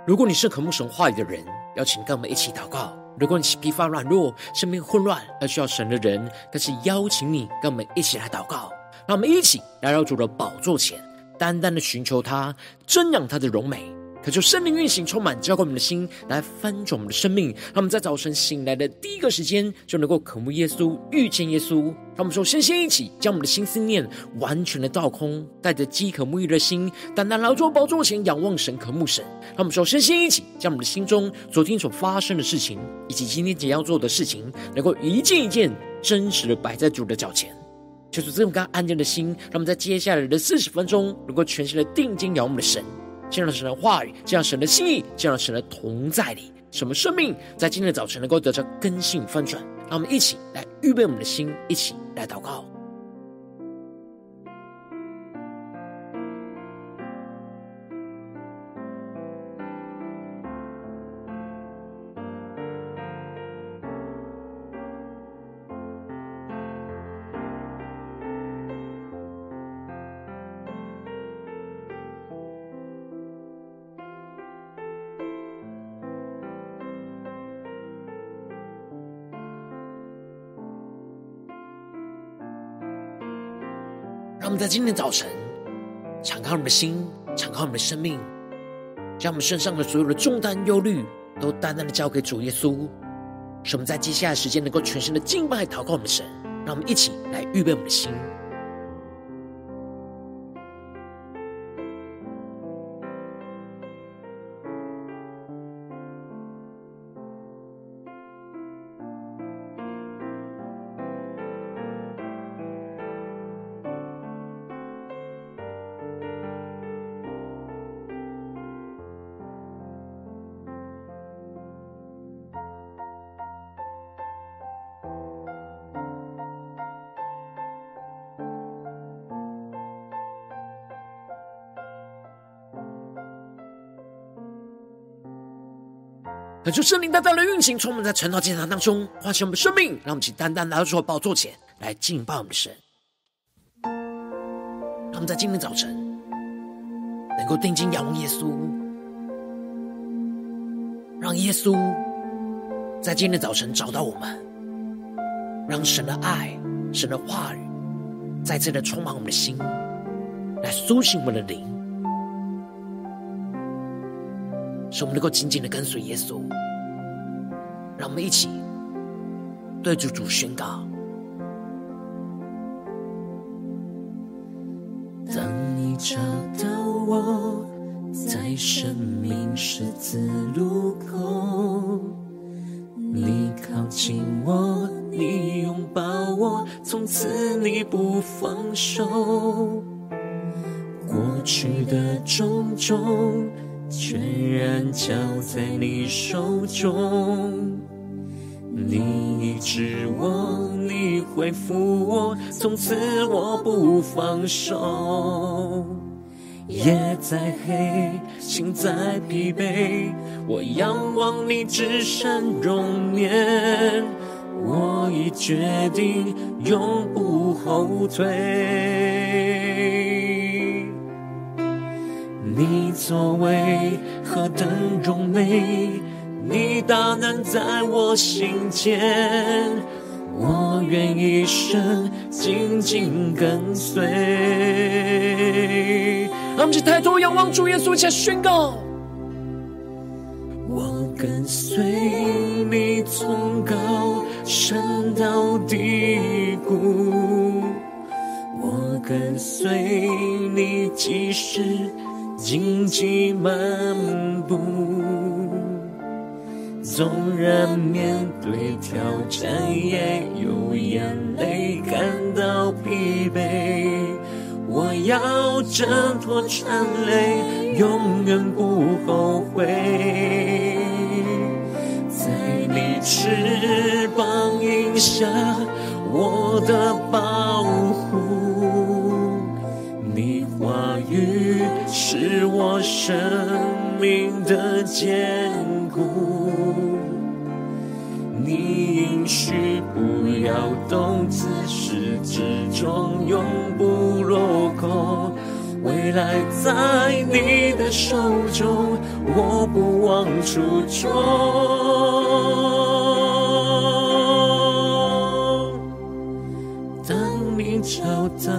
如果你是渴慕神话语的人，邀请跟我们一起祷告。如果你是疲乏软弱、生命混乱而需要神的人，更是邀请你跟我们一起来祷告。让我们一起来到主的宝座前，单单的寻求他，瞻仰他的荣美，恳求圣灵运行充满浇灌我们的心，来翻转我们的生命。让我们在早晨醒来的第一个时间就能够渴慕耶稣，遇见耶稣。让我们首先一起将我们的心思念完全的倒空，带着饥渴沐浴的心，单单来到宝座前仰望神，渴慕神。让我们首先一起将我们的心中昨天所发生的事情，以及今天即将要做的事情，能够一件一件真实的摆在主的脚前。求主这种刚安静的心，让我们在接下来的40分钟能够全心的定睛仰望我们的神，见到神的话语，见到神的心意，见到神的同在里，什么生命在今天的早晨能够得到更新翻转。让我们一起来预备我们的心，一起来祷告。让我们在今天早晨敞开我们的心，敞开我们的生命，将我们身上的所有的重担忧虑都单单的交给主耶稣，使我们在接下来的时间能够全心的敬拜祷告我们的神。让我们一起来预备我们的心。恳求圣灵大大的运行，充满在晨祷祭坛当中，唤醒我们的生命。让我们一起单单来到主的宝座前来敬拜我们的神。让我们在今天早晨能够定睛仰望耶稣，让耶稣在今天的早晨找到我们，让神的爱、神的话语再次的充满我们的心，来苏醒我们的灵，使我们能够紧紧的跟随耶稣。让我们一起对主宣告： 当你找到我，在生命十字路口，你靠近我，你拥抱我，从此你不放手。过去的种种全然交在你手中，你医治我，你恢复我，从此我不放手。夜再黑，心再疲惫，我仰望你至善容颜，我已决定永不后退。你作为何等荣美，你大能在我心间，我愿一生紧紧跟随。 让我们一起抬头仰望主耶稣，一起来宣告： 我跟随你从高山到低谷，我跟随你即使荆棘漫步，纵然面对挑战也有眼泪感到疲惫，我要挣脱缠累，永远不后悔。在你翅膀荫下，我的保护，你话语是我生命的坚固，你应许不要动，自始至终永不落空，唯未来在你的手中，我不忘初衷。当你找到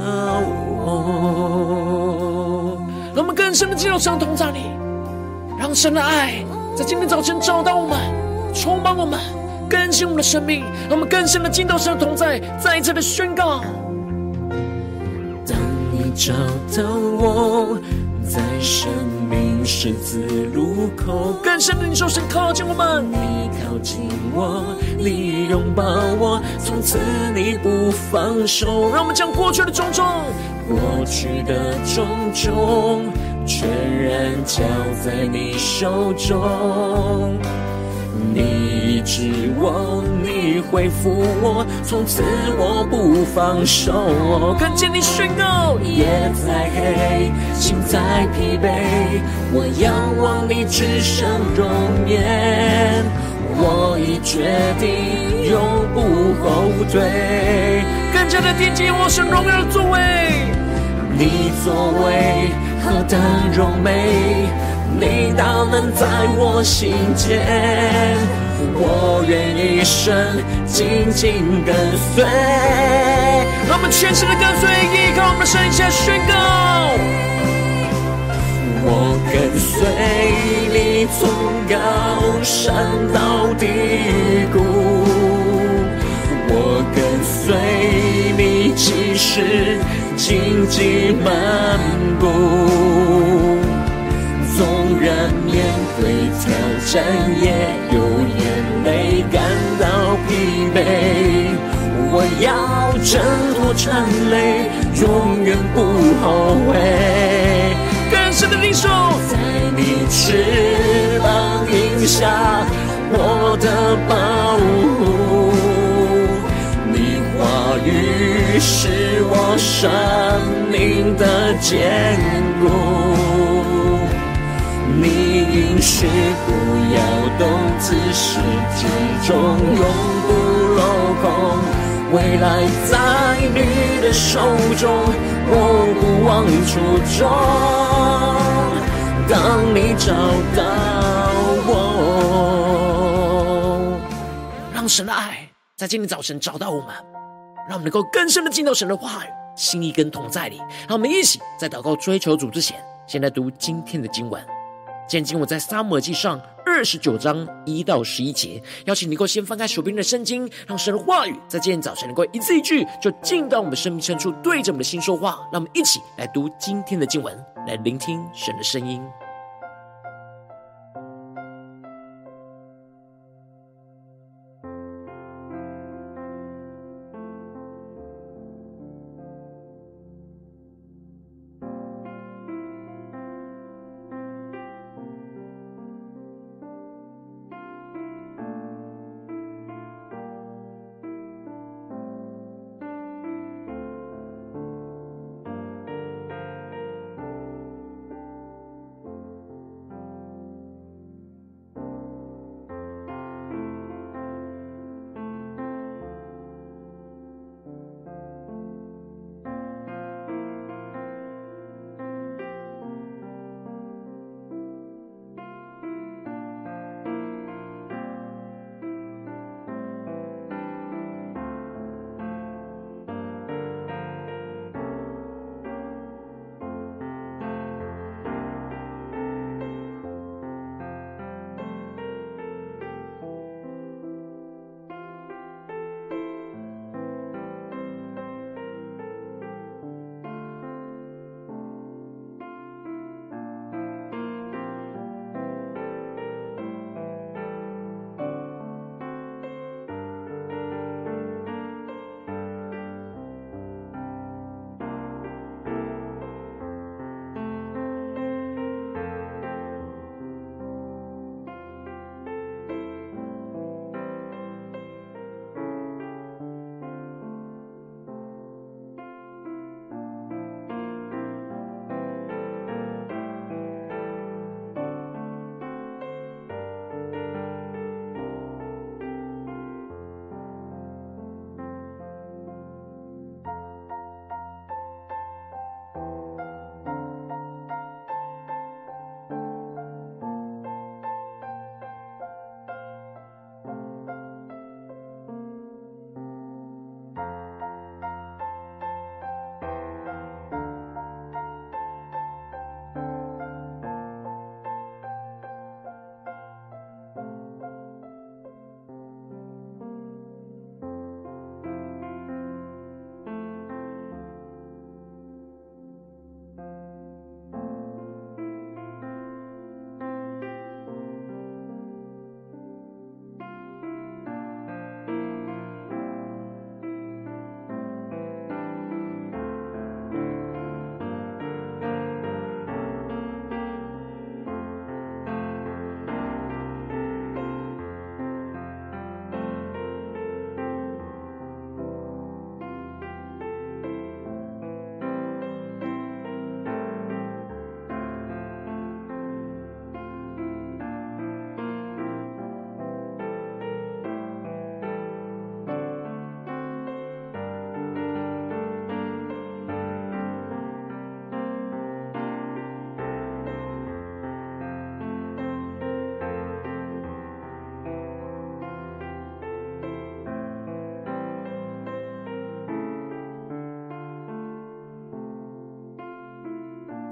我， 让我们更深的进入神同在里，让神的爱在今天早晨找到我们，充满我们，更新我们的生命，让我们更深的进到神的同在，再一次的宣告。 当你找到我，在生命十字路口， 更深的领受神靠近我们， 你靠近我，你拥抱我，从此你不放手。 让我们将过去的种种， 过去的种种全然交在你手中，你医治我，你恢复我，从此我不放手。 更坚定宣告， 夜再黑，心再疲惫，我仰望你至圣容颜，我已决定永不后退。 更加的贴近我神荣耀的作为， 你作为何等柔美，你大能在我心间，我愿一生紧紧跟随。 让我们全心的跟随，依靠我们的神，一起来宣告。 我跟随你从高山到低谷，我跟随你即使荆棘漫步，纵然面对挑战也有眼泪感到疲惫，我要挣脱缠累，永远不后悔。 更深的领受， 在你翅膀荫下，我的保护，你话语是我生命的坚固，你应许不要动，自始至终永不落空，未来在你的手中，我不忘初衷。当你找到我， 让神的爱在今天早晨找到我们，让我们能够更深的进到神的话语、心意跟同在里。让我们一起在祷告追求主之前，先来读今天的经文。今天经文在撒母耳记上29章1到11节，邀请你能够先翻开手边的圣经，让神的话语在今天早晨能够一字一句就进到我们的生命深处，对着我们的心说话。让我们一起来读今天的经文，来聆听神的声音。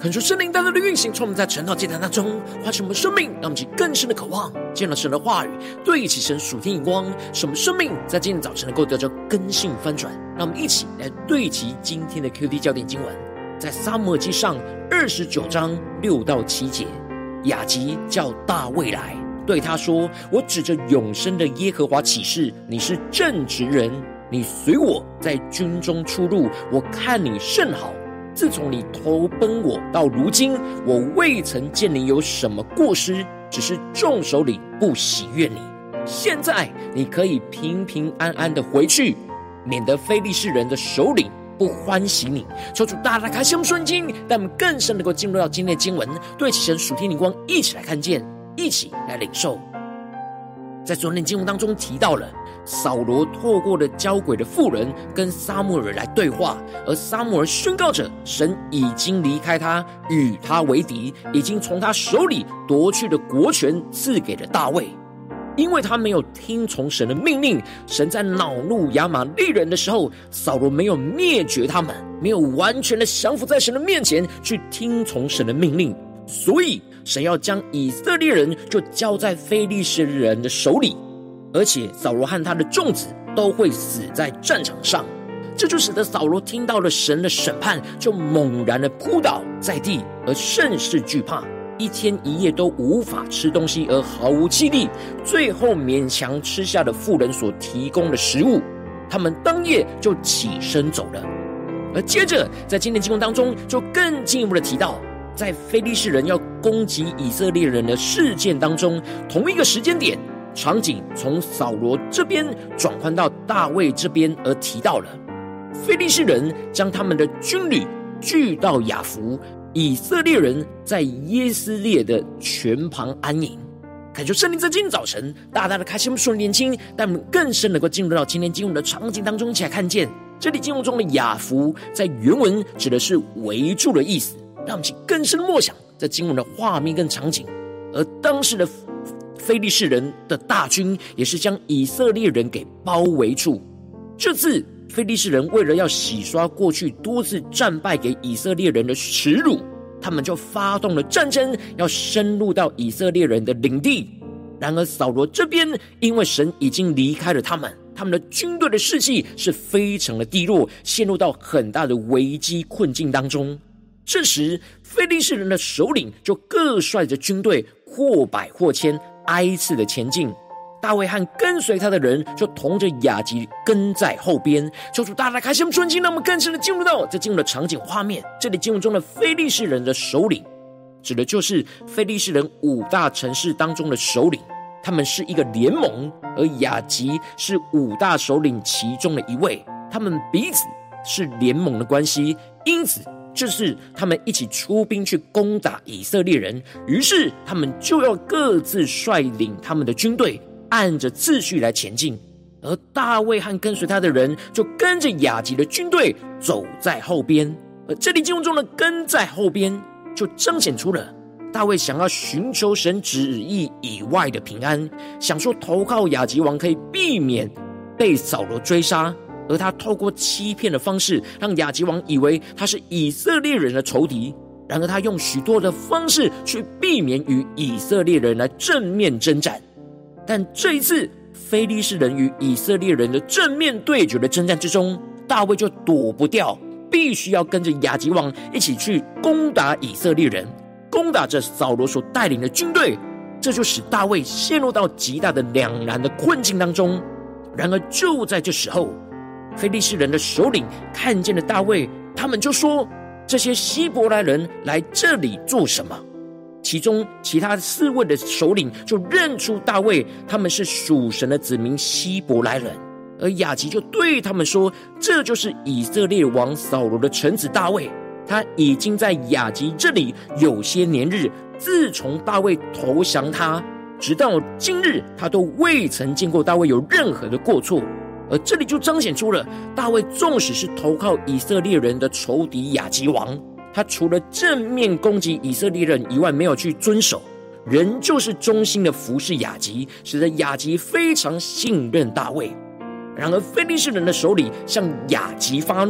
恳求圣灵单单的运行，从我们在晨祷祭坛当中唤醒我们生命，让我们起更深的渴望见到神的话语，对齐神属天眼光，使我们生命在今天早晨能够得到更新翻转。让我们一起来对齐今天的 QD 焦点经文，在撒母耳记上29章6到7节。亚吉叫大卫来，对他说：我指着永生的耶和华起誓，你是正直人，你随我在军中出入，我看你甚好。自从你投奔我到如今，我未曾见你有什么过失，只是众首领不喜悦你。现在你可以平平安安的回去，免得非利士人的首领不欢喜你。求主大大开启我们顺经，但我们更深能够进入到今天的经文，对齐神属天灵光，一起来看见，一起来领受。在昨天经文当中提到了扫罗透过了交鬼的妇人跟撒母耳来对话，而撒母耳宣告着神已经离开他，与他为敌，已经从他手里夺去了国权，赐给了大卫。因为他没有听从神的命令，神在恼怒亚玛利人的时候，扫罗没有灭绝他们，没有完全的降服在神的面前去听从神的命令，所以神要将以色列人就交在非利士人的手里，而且扫罗和他的众子都会死在战场上。这就使得扫罗听到了神的审判，就猛然的扑倒在地，而甚是惧怕，一天一夜都无法吃东西，而毫无气力，最后勉强吃下了妇人所提供的食物。他们当夜就起身走了。而接着在今天经文当中就更进一步的提到，在非利士人要攻击以色列人的事件当中，同一个时间点，场景从扫罗这边转换到大卫这边，而提到了非利士人将他们的军旅聚到亚弗，以色列人在耶斯列的泉旁安营。恳求圣灵在今天早晨大大的开启我们属灵眼睛，但我们更深能够进入到今天经文的场景当中，一起来看见这里经文中的亚弗在原文指的是围住的意思，让我们更深默想在经文的画面跟场景。而当时的非利士人的大军也是将以色列人给包围住。这次非利士人为了要洗刷过去多次战败给以色列人的耻辱，他们就发动了战争，要深入到以色列人的领地。然而扫罗这边因为神已经离开了他们，他们的军队的士气是非常的低落，陷入到很大的危机困境当中。这时非利士人的首领就各率着军队或百或千挨次的前进，大卫和跟随他的人就同着亚吉跟在后边。求主大大开启我们顺经，让我们更深的进入到这进入的场景画面。这里经文中的非利士人的首领指的就是非利士人5大城市当中的首领，他们是一个联盟，而亚吉是5大首领其中的一位，他们彼此是联盟的关系，因此这是他们一起出兵去攻打以色列人。于是他们就要各自率领他们的军队，按着次序来前进。而大卫和跟随他的人就跟着亚吉的军队走在后边。而这里经文中的跟在后边就彰显出了大卫想要寻求神旨意以外的平安，想说投靠亚吉王可以避免被扫罗追杀，而他透过欺骗的方式让亚吉王以为他是以色列人的仇敌。然而他用许多的方式去避免与以色列人来正面征战。但这一次非利士人与以色列人的正面对决的征战之中，大卫就躲不掉，必须要跟着亚吉王一起去攻打以色列人，攻打着扫罗所带领的军队。这就使大卫陷入到极大的两难的困境当中。然而就在这时候，非利士人的首领看见了大卫，他们就说：这些希伯来人来这里做什么？其中其他4位的首领就认出大卫，他们是属神的子民希伯来人。而亚吉就对他们说：这就是以色列王扫罗的臣子大卫，他已经在亚吉这里有些年日，自从大卫投降他，直到今日，他都未曾见过大卫有任何的过错。而这里就彰显出了大卫纵使是投靠以色列人的仇敌亚吉王，他除了正面攻击以色列人以外没有去遵守，仍旧是忠心的服侍亚吉，使得亚吉非常信任大卫。然而非利士人的首领向亚吉发怒，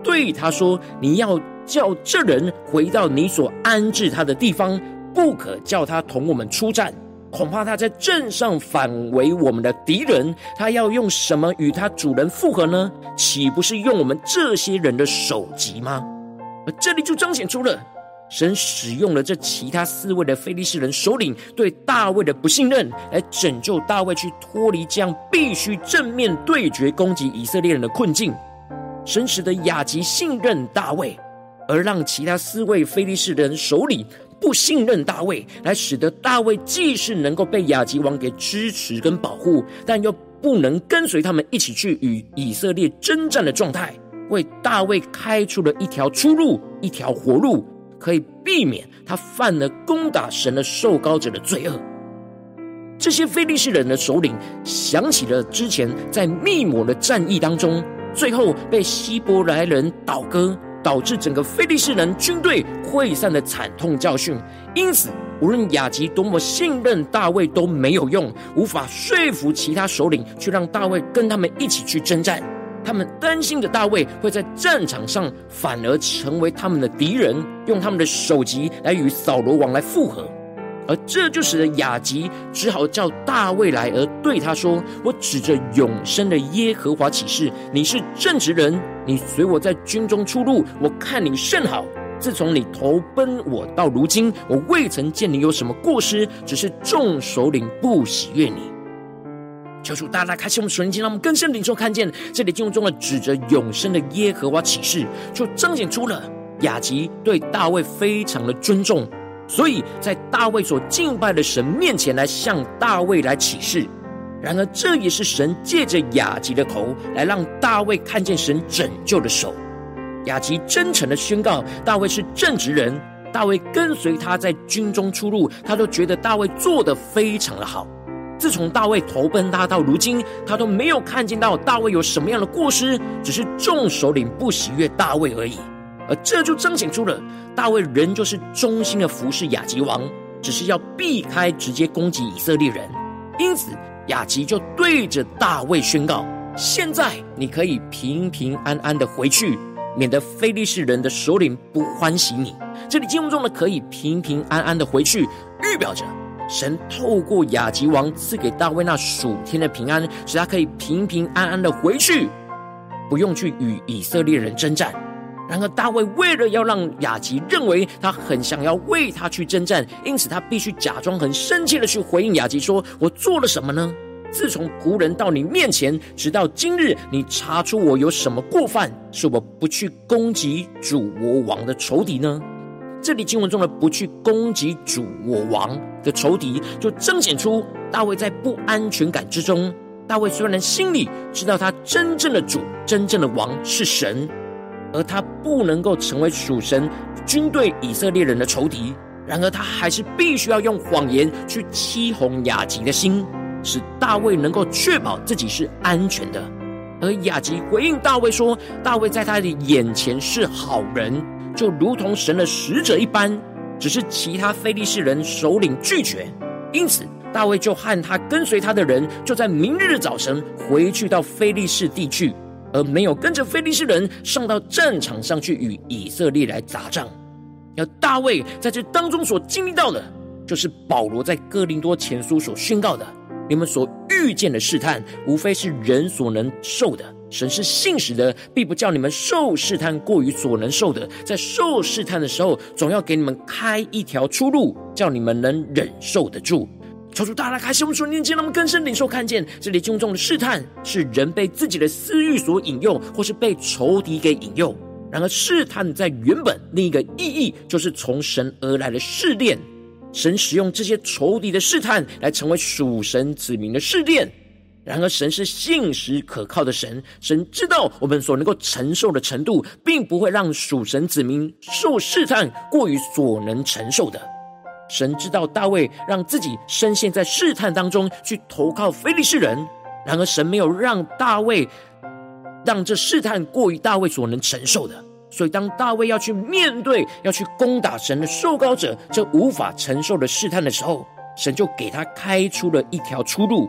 对他说：你要叫这人回到你所安置他的地方，不可叫他同我们出战，恐怕他在阵上反为我们的敌人，他要用什么与他主人复合呢？岂不是用我们这些人的首级吗？而这里就彰显出了神使用了这其他4位的非利士人首领对大卫的不信任，来拯救大卫去脱离这样必须正面对决攻击以色列人的困境。神使得亚吉信任大卫，而让其他4位非利士人首领不信任大卫，来使得大卫既是能够被亚吉王给支持跟保护，但又不能跟随他们一起去与以色列征战的状态，为大卫开出了一条出路，一条活路，可以避免他犯了攻打神的受膏者的罪恶。这些非利士人的首领想起了之前在密抹的战役当中，最后被希伯来人倒戈，导致整个非利士人军队溃散的惨痛教训。因此无论亚吉多么信任大卫都没有用，无法说服其他首领去让大卫跟他们一起去征战。他们担心的大卫会在战场上反而成为他们的敌人，用他们的首级来与扫罗王来复合。而这就使得亚吉只好叫大卫来，而对他说：我指着永生的耶和华起誓，你是正直人，你随我在军中出入，我看你甚好。自从你投奔我到如今，我未曾见你有什么过失，只是众首领不喜悦你。求主大大开启我们属灵经，让我们更深领受看见这里经文中的指着永生的耶和华起誓，就彰显出了亚吉对大卫非常的尊重，所以在大卫所敬拜的神面前来向大卫来起誓。然而这也是神借着亚吉的口来让大卫看见神拯救的手。亚吉真诚的宣告大卫是正直人，大卫跟随他在军中出入，他都觉得大卫做得非常的好。自从大卫投奔他到如今，他都没有看见到大卫有什么样的过失，只是众首领不喜悦大卫而已。而这就彰显出了大卫仍旧是忠心的服侍亚吉王，只是要避开直接攻击以色列人。因此亚吉就对着大卫宣告：现在你可以平平安安的回去，免得非利士人的首领不欢喜你。这里经文中的可以平平安安的回去，预表着神透过亚吉王赐给大卫那属天的平安，使他可以平平安安的回去，不用去与以色列人征战。然而大卫为了要让亚吉认为他很想要为他去征战，因此他必须假装很生气的去回应亚吉说：我做了什么呢？自从仆人到你面前，直到今日，你查出我有什么过犯，是我不去攻击主我王的仇敌呢？这里经文中的不去攻击主我王的仇敌，就彰显出大卫在不安全感之中。大卫虽然心里知道他真正的主、真正的王是神，而他不能够成为属神军队以色列人的仇敌，然而他还是必须要用谎言去欺哄亚吉的心，使大卫能够确保自己是安全的。而亚吉回应大卫说，大卫在他的眼前是好人，就如同神的使者一般，只是其他非利士人首领拒绝。因此大卫就和他跟随他的人，就在明日的早晨回去到非利士地去，而没有跟着非利士人上到战场上去与以色列来打仗。而大卫在这当中所经历到的，就是保罗在哥林多前书所宣告的：你们所遇见的试探，无非是人所能受的，神是信实的，必不叫你们受试探过于所能受的。在受试探的时候，总要给你们开一条出路，叫你们能忍受得住。求主大大开启我们属灵的眼，让我们更深领受看见，这里经文中的试探是人被自己的私欲所引诱，或是被仇敌给引诱。然而试探在原本另一个意义，就是从神而来的试炼。神使用这些仇敌的试探来成为属神子民的试炼。然而神是信实可靠的神，神知道我们所能够承受的程度，并不会让属神子民受试探过于所能承受的。神知道大卫让自己深陷在试探当中，去投靠非利士人，然而神没有让大卫让这试探过于大卫所能承受的。所以当大卫要去面对，要去攻打神的受膏者这无法承受的试探的时候，神就给他开出了一条出路。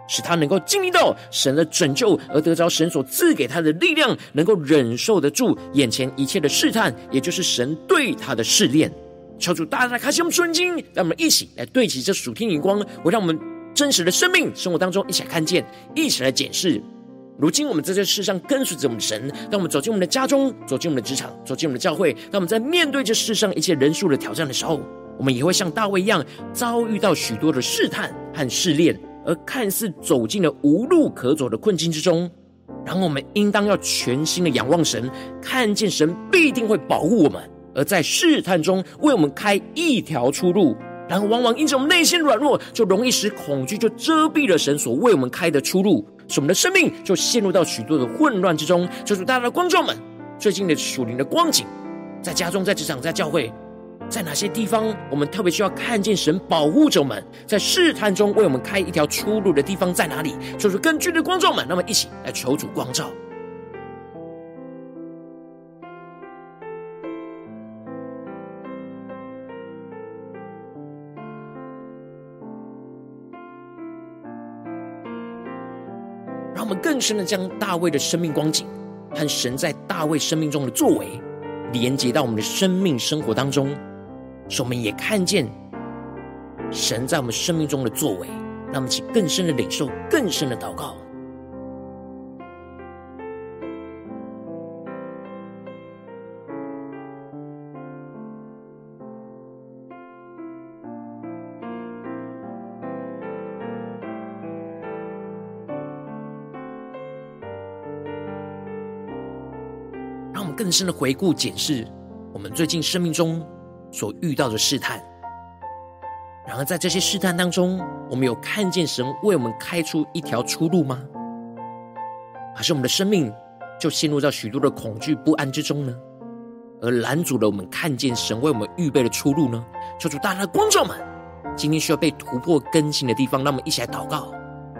使他能够经历到神的拯救，而得着神所赐给他的力量，能够忍受得住眼前一切的试探，也就是神对他的试炼。求主大大开启我们顺经，让我们一起来对齐这属天眼光，会让我们真实的生命生活当中一起来看见，一起来检视。如今我们在这世上跟随着我们的神，当我们走进我们的家中，走进我们的职场，走进我们的教会，当我们在面对这世上一切人数的挑战的时候，我们也会像大卫一样遭遇到许多的试探和试炼，而看似走进了无路可走的困境之中。然后我们应当要全心的仰望神，看见神必定会保护我们，而在试探中为我们开一条出路。然后往往因着我们内心软弱，就容易使恐惧就遮蔽了神所为我们开的出路，使我们的生命就陷入到许多的混乱之中。求主大家的观众们，最近的属灵的光景，在家中，在职场，在教会，在哪些地方我们特别需要看见神保护着我们，在试探中为我们开一条出路的地方在哪里？求主更具体的观众们，那么一起来求主光照。让我们更深的将大卫的生命光景和神在大卫生命中的作为连接到我们的生命生活当中，使我们也看见神在我们生命中的作为，让我们一起更深的领受，更深的祷告。让我们更深的回顾检视我们最近生命中所遇到的试探。然而在这些试探当中，我们有看见神为我们开出一条出路吗？还是我们的生命就陷入到许多的恐惧不安之中呢？而拦阻了我们看见神为我们预备的出路呢？求主大家的观众们，今天需要被突破更新的地方，让我们一起来祷告。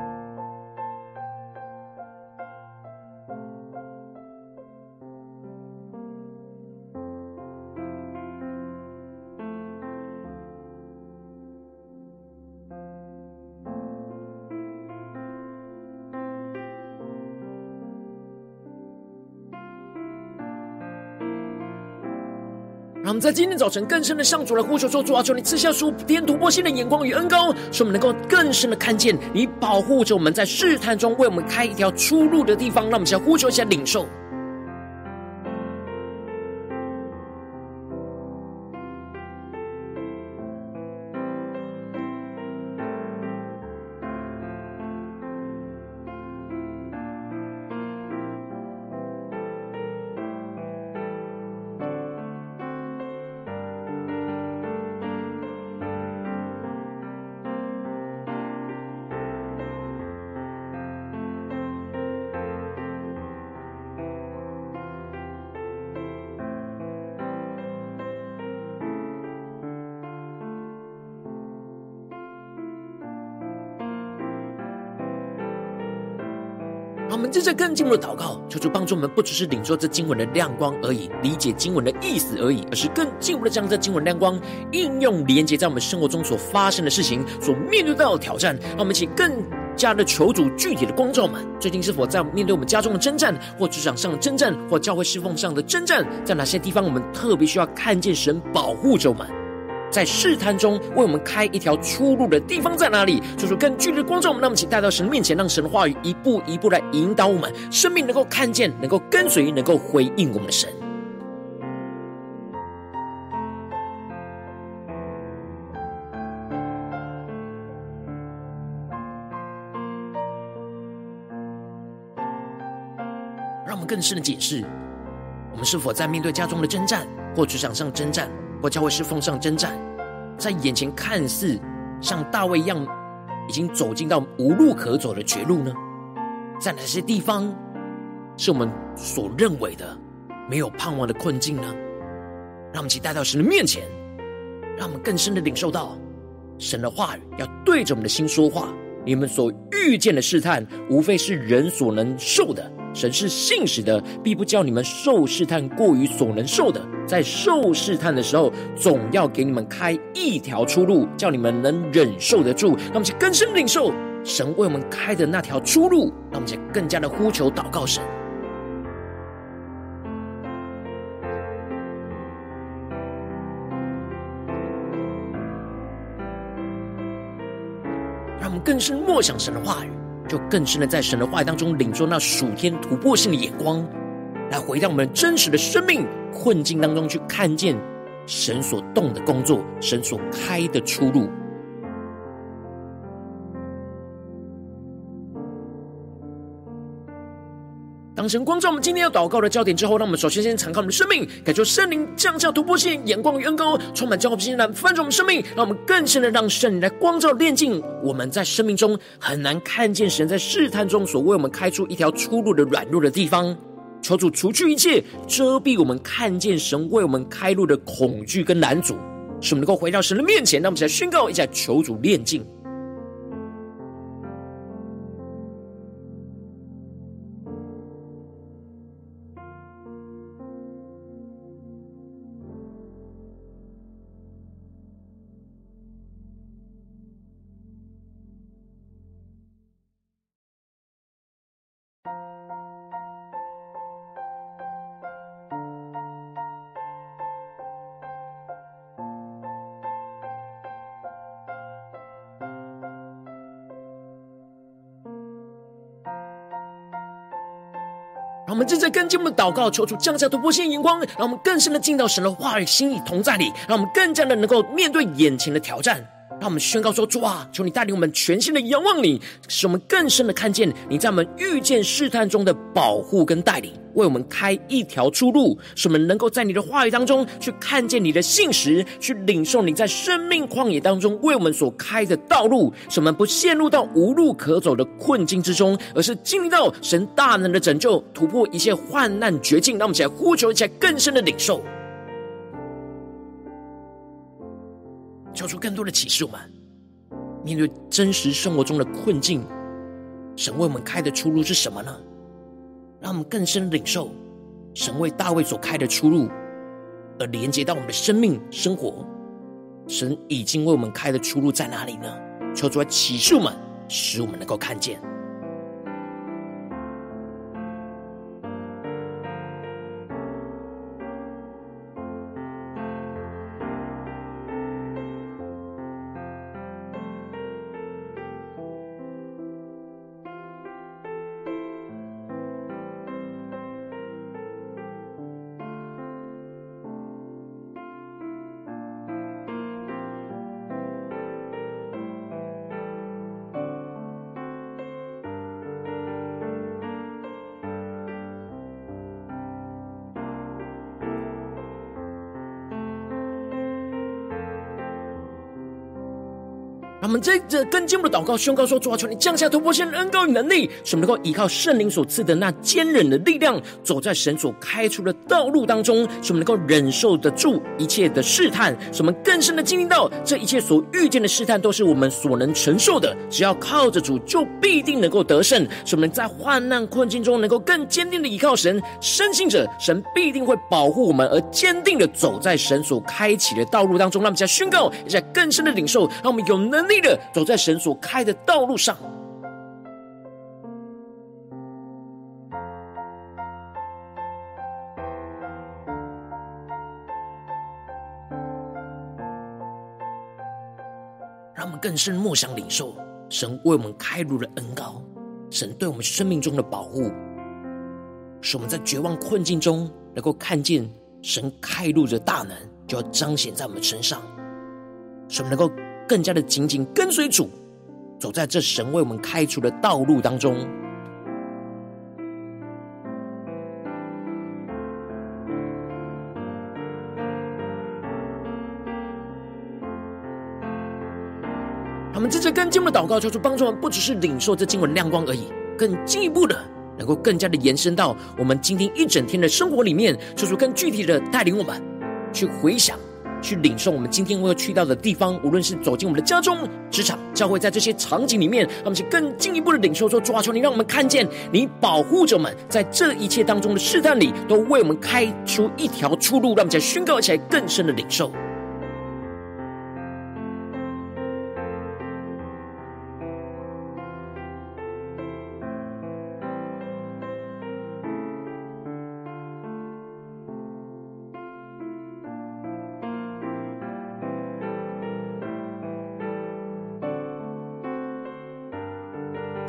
让我们在今天早晨更深的向主来呼求说，主啊，求你赐下属天突破性的眼光与恩膏，使我们能够更深的看见你保护着我们在试探中为我们开一条出路的地方。让我们先呼求一下领受。让我们接着更进一步的祷告，求主帮助我们不只是领受这经文的亮光而已，理解经文的意思而已，而是更进一步的将这经文亮光应用连接在我们生活中所发生的事情，所面对到的挑战。让我们一起更加的求主具体的光照们，最近是否在面对我们家中的征战，或职场上的征战，或教会侍奉上的征战，在哪些地方我们特别需要看见神保护着我们，在试探中为我们开一条出路的地方在哪里？就是更具体的光照我们，让我们一起带到神的面前，让神的话语一步一步来引导我们，生命能够看见，能够跟随，能够回应我们的神。让我们更深的解释，我们是否在面对家中的征战，或职场上征战，或教会侍奉上征战，在眼前看似像大卫一样已经走进到无路可走的绝路呢？在哪些地方是我们所认为的没有盼望的困境呢？让我们一起带到神的面前，让我们更深的领受到神的话语要对着我们的心说话。你们所遇见的试探，无非是人所能受的。神是信实的，必不叫你们受试探过于所能受的。在受试探的时候，总要给你们开一条出路，叫你们能忍受得住。让我们去更深领受神为我们开的那条出路，让我们更加的呼求祷告神。让我们更深默想神的话语，就更深的在神的话语当中领受那属天突破性的眼光，来回到我们真实的生命困境当中，去看见神所动的工作，神所开的出路。当神光照我们今天要祷告的焦点之后，让我们首先敞开我们的生命，感受圣灵降下突破性眼光与恩膏，充满交互心来翻转我们生命，让我们更深的让圣灵来光照炼净我们在生命中很难看见神在试探中所为我们开出一条出路的软弱的地方。求主除去一切遮蔽我们看见神为我们开路的恐惧跟拦阻，使我们能够回到神的面前。让我们一起来宣告，一起来求主炼净。让我们正在跟进我们的祷告，求主降下突破性眼光，让我们更深的进到神的话语心意同在里，让我们更加的能够面对眼前的挑战。让我们宣告说，主啊，求你带领我们全心的仰望你，使我们更深的看见你在我们遇见试探中的保护跟带领，为我们开一条出路，使我们能够在你的话语当中去看见你的信实，去领受你在生命旷野当中为我们所开的道路，使我们不陷入到无路可走的困境之中，而是经历到神大能的拯救，突破一切患难绝境。让我们一起来呼求，一起来更深的领受，求出更多的启示。我们面对真实生活中的困境，神为我们开的出路是什么呢？让我们更深领受神为大卫所开的出路，而连接到我们的生命生活。神已经为我们开的出路在哪里呢？求主来启示我们，使我们能够看见。让我们在这更进一步的祷告宣告说，主啊，求你降下突破性的恩膏与能力，使我们能够依靠圣灵所赐的那坚韧的力量，走在神所开出的道路当中，使我们能够忍受得住一切的试探，使我们更深的经历到这一切所遇见的试探都是我们所能承受的，只要靠着主就必定能够得胜。使我们在患难困境中能够更坚定的依靠神，深信着神必定会保护我们，而坚定的走在神所开启的道路当中。让我们再宣告，也在更深的领受，让我们有能力的走在神所开的道路上。让我们更深默想领受神为我们开路的恩膏，神对我们生命中的保护，使我们在绝望困境中能够看见神开路的大能就要彰显在我们身上，使我们能够更加的紧紧跟随主，走在这神为我们开出的道路当中。我们接着更进一步的祷告，求主帮助我们，不只是领受这经文亮光而已，更进一步的能够更加的延伸到我们今天一整天的生活里面，求主更具体的带领我们去回想，去领受我们今天会去到的地方，无论是走进我们的家中、职场、教会，在这些场景里面，让我们去更进一步的领受说，主啊，求你让我们看见你保护着我们，在这一切当中的试探里，都为我们开出一条出路。让我们再宣告起来，更深的领受。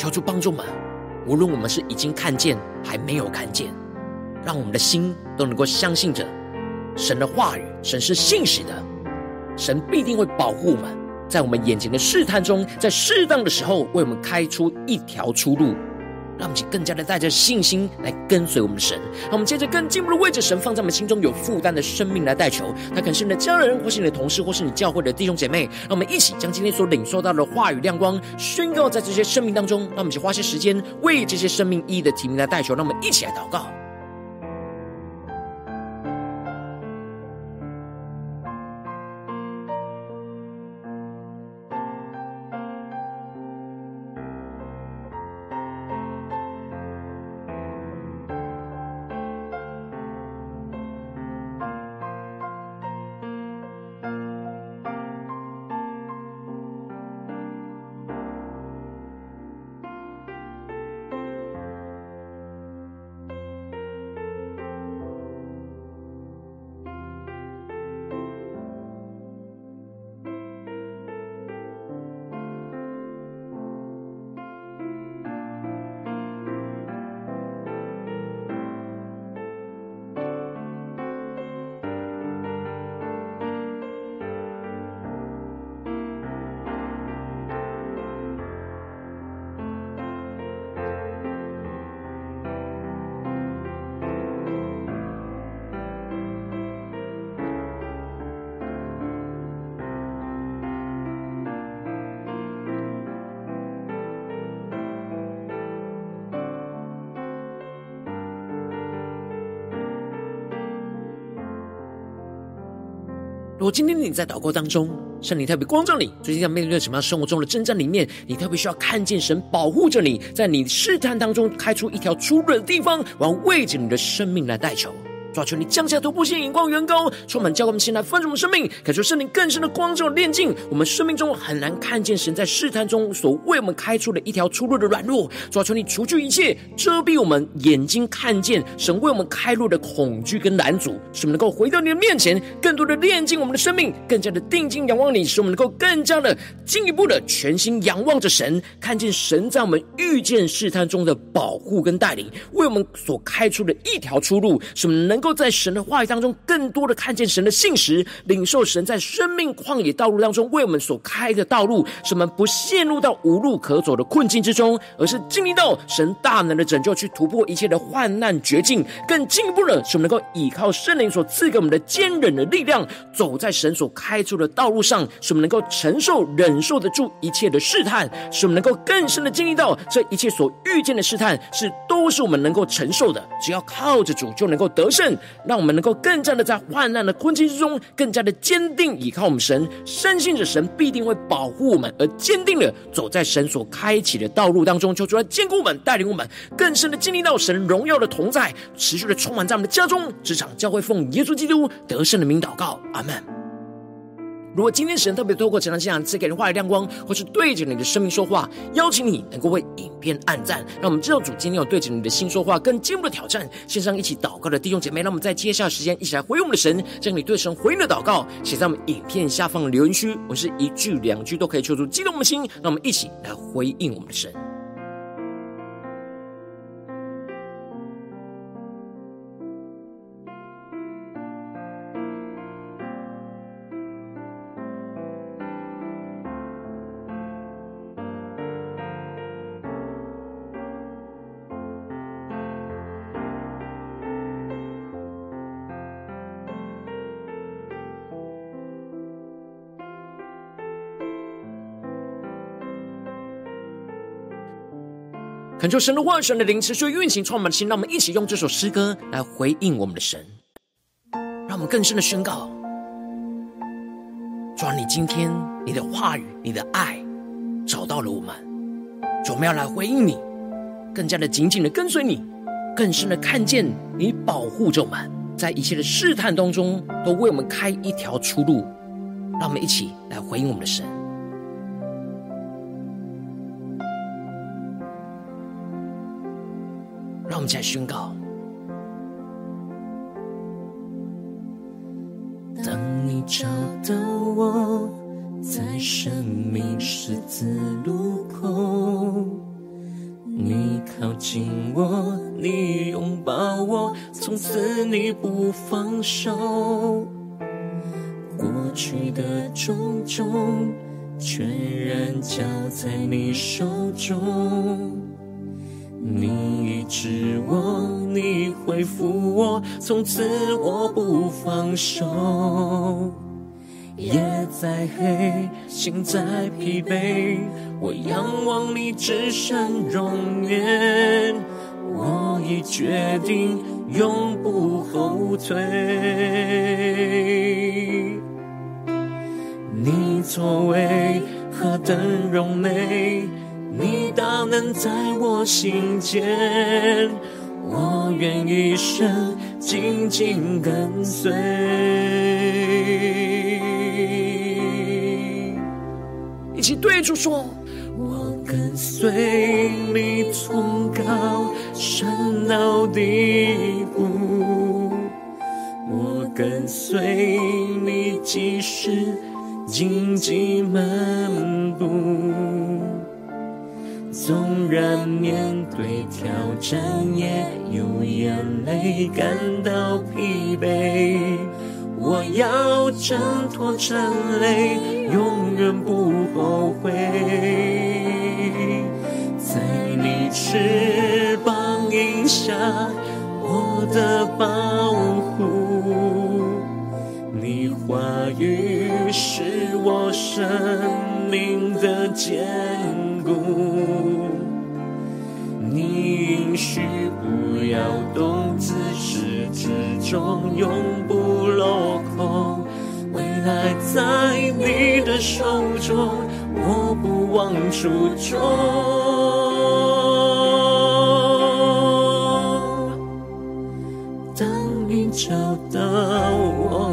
求主帮助我们，无论我们是已经看见还没有看见，让我们的心都能够相信着神的话语，神是信实的，神必定会保护我们，在我们眼前的试探中，在适当的时候为我们开出一条出路，让我们更加的带着信心来跟随我们的神。让我们接着更进一步的为着神放在我们心中有负担的生命来代求，他可能是你的家人，或是你的同事，或是你教会的弟兄姐妹。让我们一起将今天所领受到的话语亮光宣告在这些生命当中，让我们一起花些时间为这些生命意义的提名来代求。让我们一起来祷告。如果今天你在祷告当中，圣灵特别光照你，最近在面对什么样生活中的征战里面，你特别需要看见神保护着你，在你试探当中开出一条出路的地方，我要为着你的生命来代求。抓求你降下突破性眼光远高，充满教我们心来分盛我们生命，感受圣灵更深的光照炼净我们生命中很难看见神在试探中所为我们开出的一条出路的软弱。抓求你除去一切遮蔽我们眼睛看见神为我们开路的恐惧跟拦阻，使我们能够回到你的面前，更多的炼净我们的生命，更加的定睛仰望你，使我们能够更加的进一步的全心仰望着神，看见神在我们遇见试探中的保护跟带领，为我们所开出的一条出路，使我们能够在神的话语当中更多的看见神的信实，领受神在生命旷野道路当中为我们所开的道路，使我们不陷入到无路可走的困境之中，而是经历到神大能的拯救，去突破一切的患难绝境，更进一步的使我们能够依靠圣灵所赐给我们的坚韧的力量，走在神所开出的道路上，使我们能够承受忍受得住一切的试探，使我们能够更深的经历到这一切所遇见的试探都是我们能够承受的，只要靠着主就能够得胜，让我们能够更加的在患难的困境之中更加的坚定依靠我们神，深信着神必定会保护我们，而坚定的走在神所开启的道路当中。求主来坚固我们，带领我们更深的经历到神荣耀的同在，持续的充满在我们的家中、职场、教会，奉耶稣基督得胜的名祷告，阿们。如果今天神特别透过这堂信仰赐给人话语亮光，或是对着你的生命说话，邀请你能够为影片按赞，让我们知道主今天有对着你的心说话，更进一步的挑战线上一起祷告的弟兄姐妹，让我们在接下来时间一起来回应我们的神，将你对神回应的祷告写在我们影片下方的留言区，我是一句两句都可以求助激动我们的心，让我们一起来回应我们的神。恳求神的话语、神的灵持续运行充满的心，让我们一起用这首诗歌来回应我们的神，让我们更深的宣告：主啊，你今天你的话语、你的爱找到了我们，主，我们要来回应你，更加的紧紧的跟随你，更深的看见你保护着我们，在一切的试探当中都为我们开一条出路。让我们一起来回应我们的神。让我们一起来宣告： 当你找到我，在生命十字路口， 从此你不放手。过去的种种全然交在你手中，你医治我，你恢复我，从此我不放手。夜再黑，心再疲惫，我仰望你至圣容颜，我已决定永不后退。你作为何等荣美，你大能在我心间，我愿一生紧紧跟随。 一起对主说， 我跟随你从高山到低谷，我跟随你即使荆棘漫步，纵然面对挑战也有眼泪感到疲惫，我要挣脱尘累，永远不后悔。在你翅膀荫下，我的保护，你话语是我生命的坚固，你应许不要动，自始至终永不落空，未来在你的手中，我不忘初衷。当你找到我，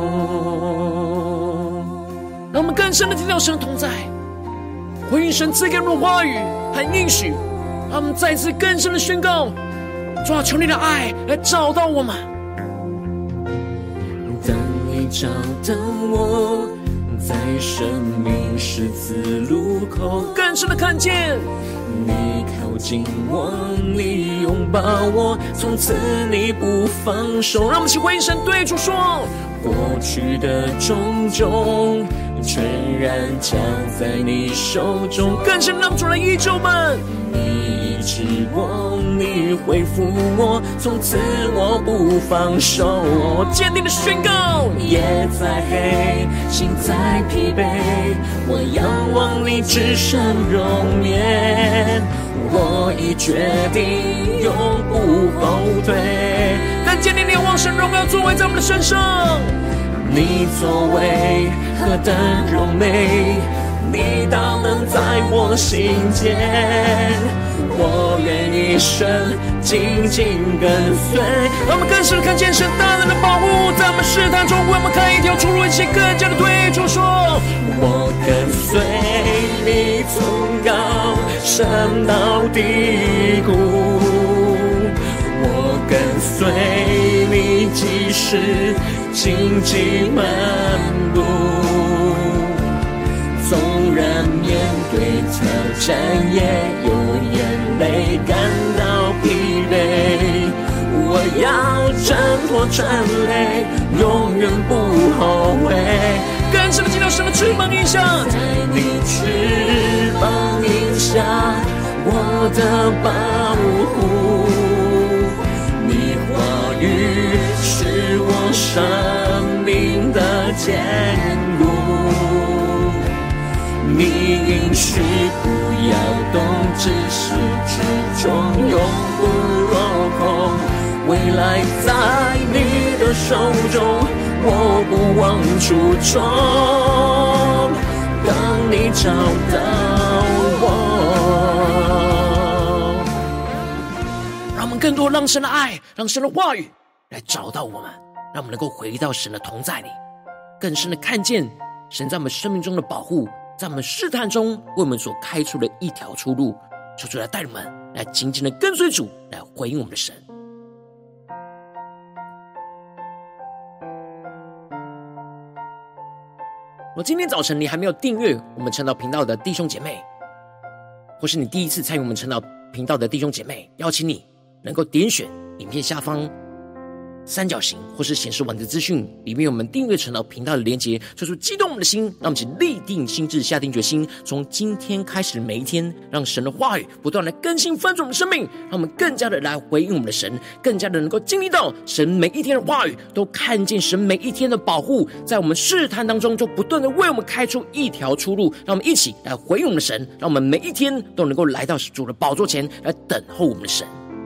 让我们更深的听到神的同在，回应神赐给我们的话语和应许，让我们再次更深的宣告，主啊，求你的爱来找到我们。 当你找到我，在生命十字路口更深的看见， 你靠近我，你拥抱我，从此你不放手。 让我们一起回应神，对主说， 过去的种种全然交在你手中， 更深让主来医治我们。 你医治我，你恢复我，从此我不放手。 坚定的宣告， 夜再黑，心再疲惫，我仰望你至圣容颜，我已决定永不后退。 更坚定的仰望神荣耀作为在我们的身上， 你作为何等荣美，你大能在我心间，我愿一生紧紧跟随。 让我们更深的看见神大能的保护，在我们试探中为我们开一条出路，一起更加的对主说， 我跟随你从高山到低谷，我跟随你即使荆棘漫步，纵然面对挑战也有眼泪感到疲惫，我要挣脱尘累，永远不后悔。 更深的进到神的翅膀荫下， 在你翅膀荫下，我的保护，你话语是我生命的坚固，你应许不要动，至始至终永不落空，未来在你的手中，我不忘初衷。当你找到我， 让我们更多让神的爱，让神的话语来找到我们，让我们能够回到神的同在里，更深的看见神在我们生命中的保护，在我们试探中为我们所开出的一条出路。求主来带我们来紧紧的跟随主，来回应我们的神。若今天早晨你还没有订阅我们晨祷频道的弟兄姐妹，或是你第一次参与我们晨祷频道的弟兄姐妹，邀请你能够点选影片下方三角形或是显示完的资讯里面有我们订阅陈老频道的连结，说出激动我们的心，让我们一起立定心志，下定决心，从今天开始每一天，让神的话语不断来更新翻转我们生命，让我们更加的来回应我们的神，更加的能够经历到神每一天的话语，都看见神每一天的保护，在我们试探当中就不断的为我们开出一条出路，让我们一起来回应我们的神，让我们每一天都能够来到主的宝座前来等候我们的神。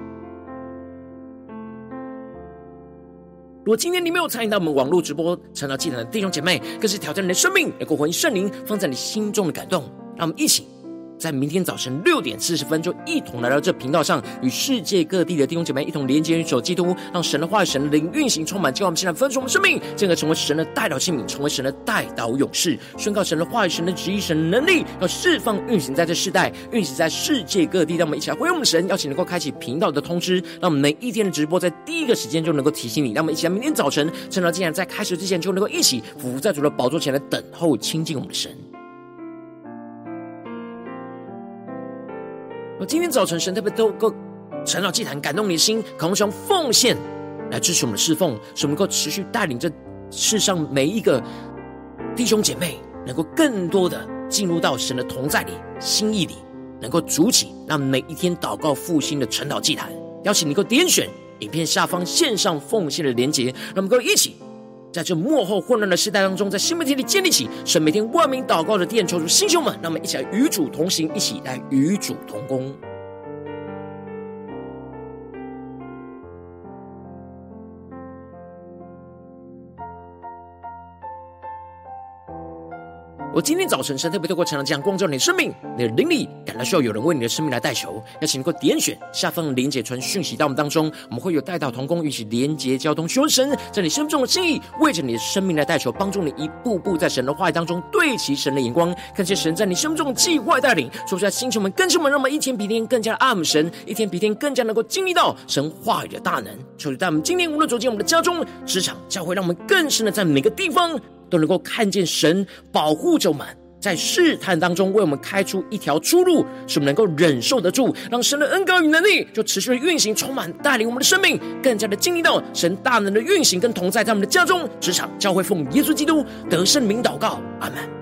如果今天你没有参与到我们网络直播晨祷祭坛的弟兄姐妹，更是挑战你的生命，能够回应圣灵放在你心中的感动。让我们一起在明天早晨6:40就一同来到这频道上，与世界各地的弟兄姐妹一同连接与主基督，让神的话语、神的灵运行充满，叫我们现在分属我们生命，进而成为神的代祷器皿，成为神的代祷勇士，宣告神的话语、神的旨意、神的能力，要释放运行在这世代，运行在世界各地。让我们一起来回应我们的神，邀请能够开启频道的通知，让我们每一天的直播在第一个时间就能够提醒你。让我们一起来明天早晨晨祷祭坛在开始之前就能够一起俯伏在主的宝座前来等候亲近我们的神。今天早晨神特别透过晨祷祭坛感动你的心，渴望用奉献来支持我们的侍奉，使我们能够持续带领这世上每一个弟兄姐妹能够更多的进入到神的同在里、心意里，能够筑起让每一天祷告复兴的晨祷祭坛。邀请你能够点选影片下方线上奉献的连结，让我们能够一起在这末后混乱的时代当中，在新媒体里建立起神每天万名祷告的殿，求主弟兄们，让我们一起来与主同行，一起来与主同工。我今天早晨神特别透过晨祷这样光照你的生命，你的灵里感到需要有人为你的生命来代求，邀请能够点选下方的连结传讯息到我们当中，我们会有代祷同工一起连结交通，求神在你生命中的心意，为着你的生命来代求，帮助你一步步在神的话语当中对齐神的眼光，看见神在你生命中的计划带领，说出来星球们更新我们，让我们一天比一天更加的爱慕神，一天比一天更加能够经历到神话语的大能。求主在我们今天无论走进我们的家中、职场、教会，让我们更深的在每个地方都能够看见神保护着我们，在试探当中为我们开出一条出路，使我们能够忍受得住，让神的恩膏与能力就持续的运行，充满带领我们的生命，更加的经历到神大能的运行跟同在，在我们的家中、职场、教会，奉耶稣基督得胜名祷告，阿们。